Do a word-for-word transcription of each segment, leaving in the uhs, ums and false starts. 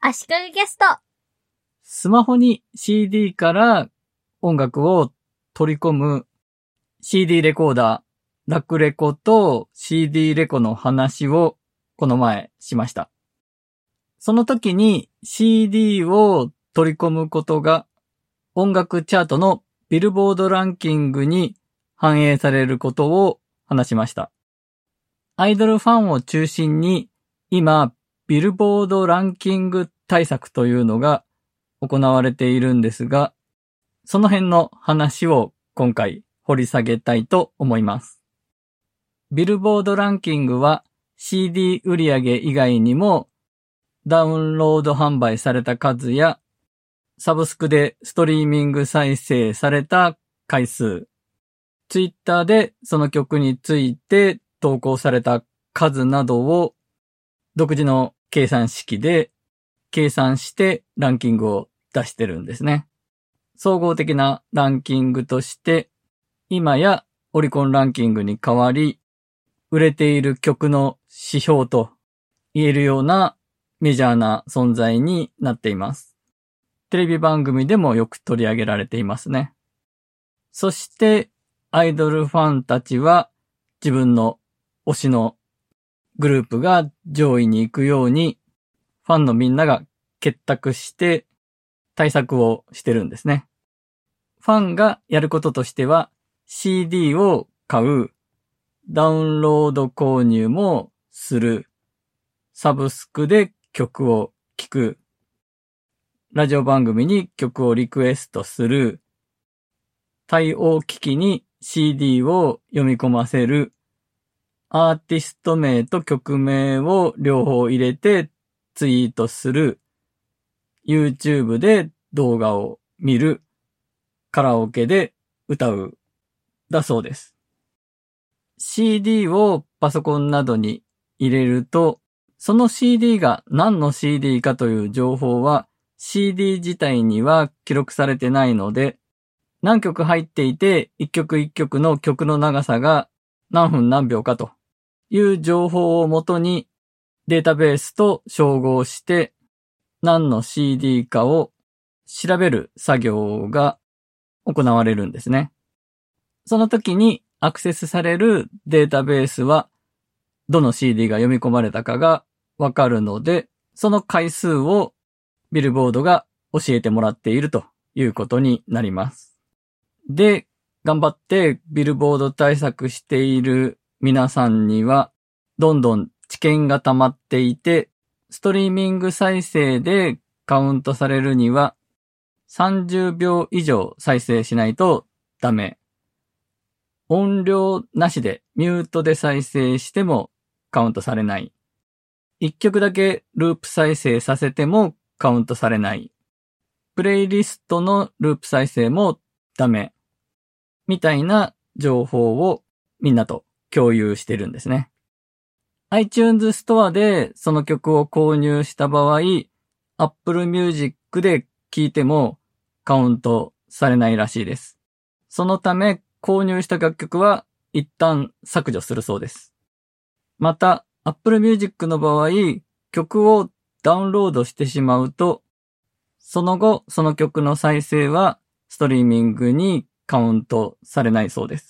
足利ゲスト。 スマホに シーディー から音楽を取り込む シーディー レコーダー、ラクレコと シーディー レコの話をこの前しました。その時に シーディー を取り込むことが音楽チャートのビルボードランキングに反映されることを話しました。アイドルファンを中心に今ビルボードランキング対策というのが行われているんですが、その辺の話を今回掘り下げたいと思います。ビルボードランキングは シーディー 売上以外にもダウンロード販売された数やサブスクでストリーミング再生された回数、ツイッターでその曲について投稿された数などを独自の計算式で計算してランキングを出してるんですね。総合的なランキングとして今やオリコンランキングに代わり売れている曲の指標と言えるようなメジャーな存在になっています。テレビ番組でもよく取り上げられていますね。そしてアイドルファンたちは自分の推しのグループが上位に行くようにファンのみんなが結託して対策をしてるんですね。ファンがやることとしては シーディー を買う、ダウンロード購入もする、サブスクで曲を聴く、ラジオ番組に曲をリクエストする、対応機器に シーディー を読み込ませる、アーティスト名と曲名を両方入れてツイートする、YouTube で動画を見る、カラオケで歌う、だそうです。シーディー をパソコンなどに入れると、その シーディー が何の シーディー かという情報は シーディー 自体には記録されてないので、何曲入っていて一曲一曲の曲の長さが何分何秒かという情報をもとにデータベースと照合して何の シーディー かを調べる作業が行われるんですね。その時にアクセスされるデータベースはどの シーディー が読み込まれたかがわかるので、その回数をビルボードが教えてもらっているということになります。で、頑張ってビルボード対策している皆さんにはどんどん知見が溜まっていて、ストリーミング再生でカウントされるにはさんじゅうびょう以上再生しないとダメ。音量なしでミュートで再生してもカウントされない。一曲だけループ再生させてもカウントされない。プレイリストのループ再生もダメ。みたいな情報をみんなと共有してるんですね。iTunes ストアでその曲を購入した場合、Apple Music で聴いてもカウントされないらしいです。そのため購入した楽曲は一旦削除するそうです。また、Apple Music の場合、曲をダウンロードしてしまうと、その後その曲の再生はストリーミングにカウントされないそうです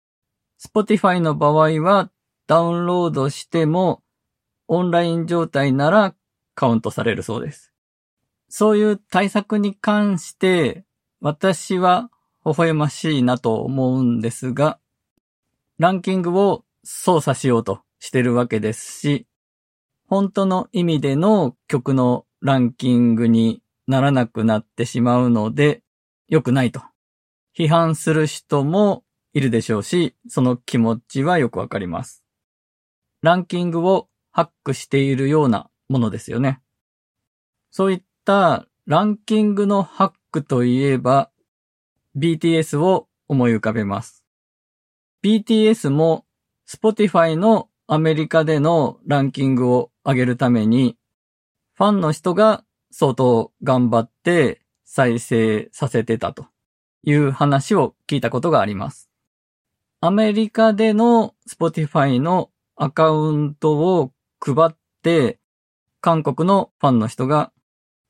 。Spotify の場合はダウンロードしてもオンライン状態ならカウントされるそうです。そういう対策に関して私は微笑ましいなと思うんですが、ランキングを操作しようとしてるわけですし、本当の意味での曲のランキングにならなくなってしまうので良くないと批判する人もいるでしょうし、その気持ちはよくわかります。ランキングをハックしているようなものですよね。そういったランキングのハックといえば ビーティーエス を思い浮かべます。ビーティーエス も Spotify のアメリカでのランキングを上げるためにファンの人が相当頑張って再生させてたという話を聞いたことがあります。アメリカでの Spotify のアカウントを配って韓国のファンの人が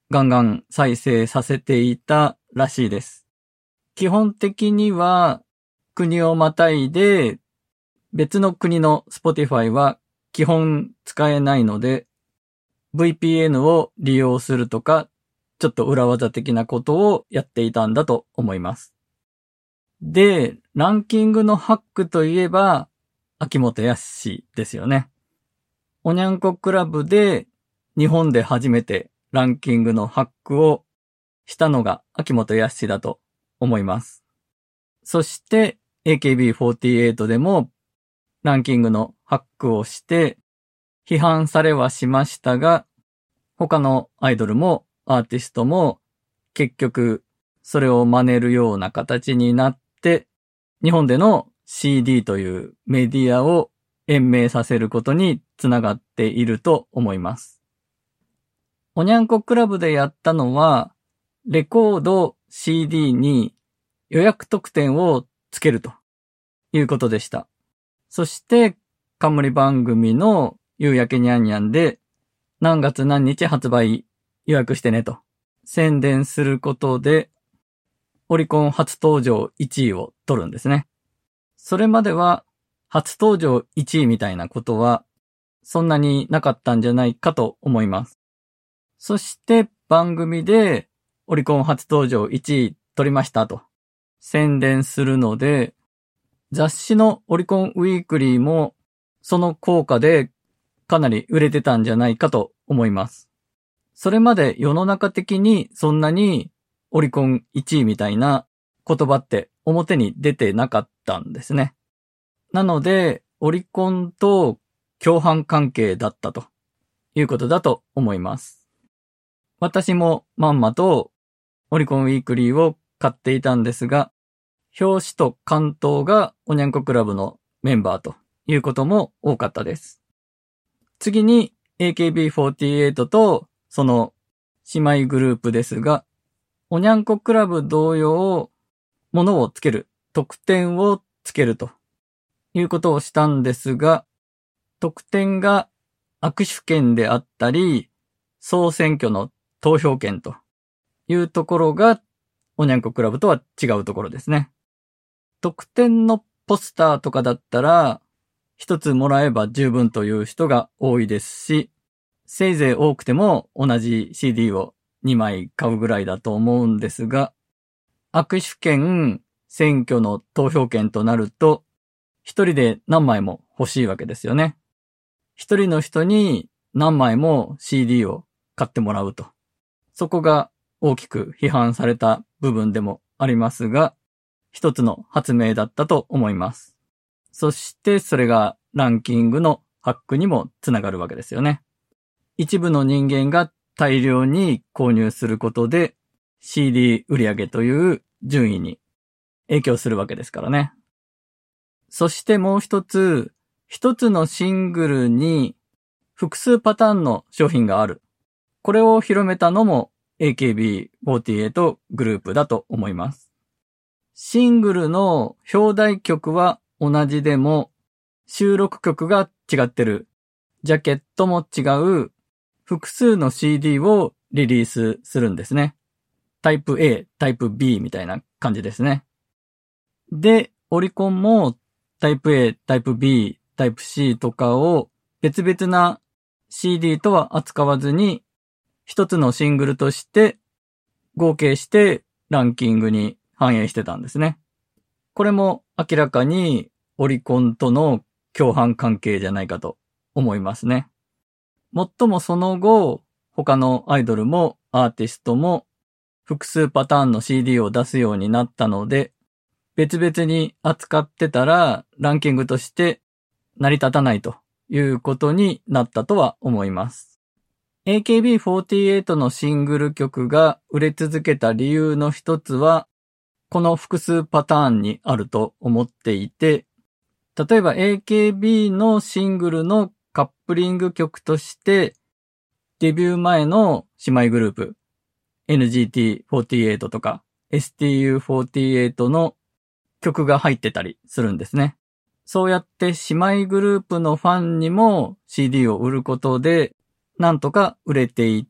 ガンガン再生させていたらしいです。基本的には国をまたいで別の国の Spotify は基本使えないので ブイピーエヌ を利用するとかちょっと裏技的なことをやっていたんだと思います。で、ランキングのハックといえば秋元康ですよね。おにゃんこクラブで日本で初めてランキングのハックをしたのが秋元康だと思います。そして エーケービーフォーティーエイト でもランキングのハックをして批判されはしましたが、他のアイドルもアーティストも結局それを真似るような形になって日本での シーディー というメディアを延命させることにつながっていると思います。おにゃんこクラブでやったのはレコード シーディー に予約特典をつけるということでした。そして冠番組の夕焼けにゃんにゃんで何月何日発売予約してねと宣伝することでオリコン初登場いちいを取るんですね。それまでは初登場いちいみたいなことはそんなになかったんじゃないかと思います。そして番組でオリコン初登場いちい取りましたと宣伝するので、雑誌のオリコンウィークリーもその効果でかなり売れてたんじゃないかと思います。それまで世の中的にそんなにオリコンいちいみたいな言葉って表に出てなかったんですね。なのでオリコンと共犯関係だったということだと思います。私もまんまとオリコンウィークリーを買っていたんですが、表紙と関東がおにゃんこクラブのメンバーということも多かったです。次に エーケービーフォーティーエイト とその姉妹グループですが、おにゃんこクラブ同様、物をつける、特典をつけるということをしたんですが、特典が握手券であったり、総選挙の投票権というところがおにゃんこクラブとは違うところですね。特典のポスターとかだったら一つもらえば十分という人が多いですし、せいぜい多くても同じ シーディー をにまい買うぐらいだと思うんですが、握手券、選挙の投票権となると一人で何枚も欲しいわけですよね。一人の人に何枚も シーディー を買ってもらうと。そこが大きく批判された部分でもありますが、一つの発明だったと思います。そしてそれがランキングのハックにもつながるわけですよね。一部の人間が大量に購入することで シーディー 売上という順位に影響するわけですからね。そしてもう一つ、一つのシングルに複数パターンの商品がある。これを広めたのも エーケービーフォーティーエイト グループだと思います。シングルの表題曲は同じでも収録曲が違ってる。ジャケットも違う複数の シーディー をリリースするんですね。タイプ A、タイプ B みたいな感じですね。で、オリコンもタイプ A、タイプ B、タイプ C とかを別々な シーディー とは扱わずに一つのシングルとして合計してランキングに反映してたんですね。これも明らかにオリコンとの共犯関係じゃないかと思いますね。もっともその後、他のアイドルもアーティストも複数パターンの シーディー を出すようになったので、別々に扱ってたらランキングとして成り立たないということになったとは思います。エーケービーフォーティーエイト のシングル曲が売れ続けた理由の一つは、この複数パターンにあると思っていて、例えば エーケービー のシングルのカップリング曲として、デビュー前の姉妹グループ、エヌジーティーフォーティーエイト とか エスティーユーフォーティーエイト の曲が入ってたりするんですね。そうやって姉妹グループのファンにも シーディー を売ることで、なんとか売れていた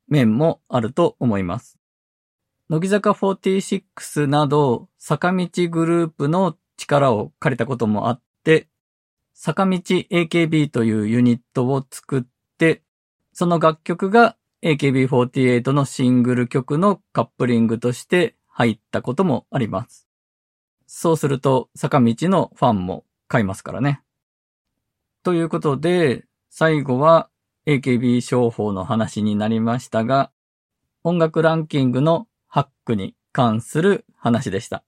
面もあると思います。乃木坂フォーティーシックスなど坂道グループの力を借りたこともあって、坂道 エーケービー というユニットを作って、その楽曲が エーケービーフォーティーエイト のシングル曲のカップリングとして入ったこともあります。そうすると坂道のファンも買いますからね。ということで、最後は エーケービー 商法の話になりましたが、音楽ランキングのハックに関する話でした。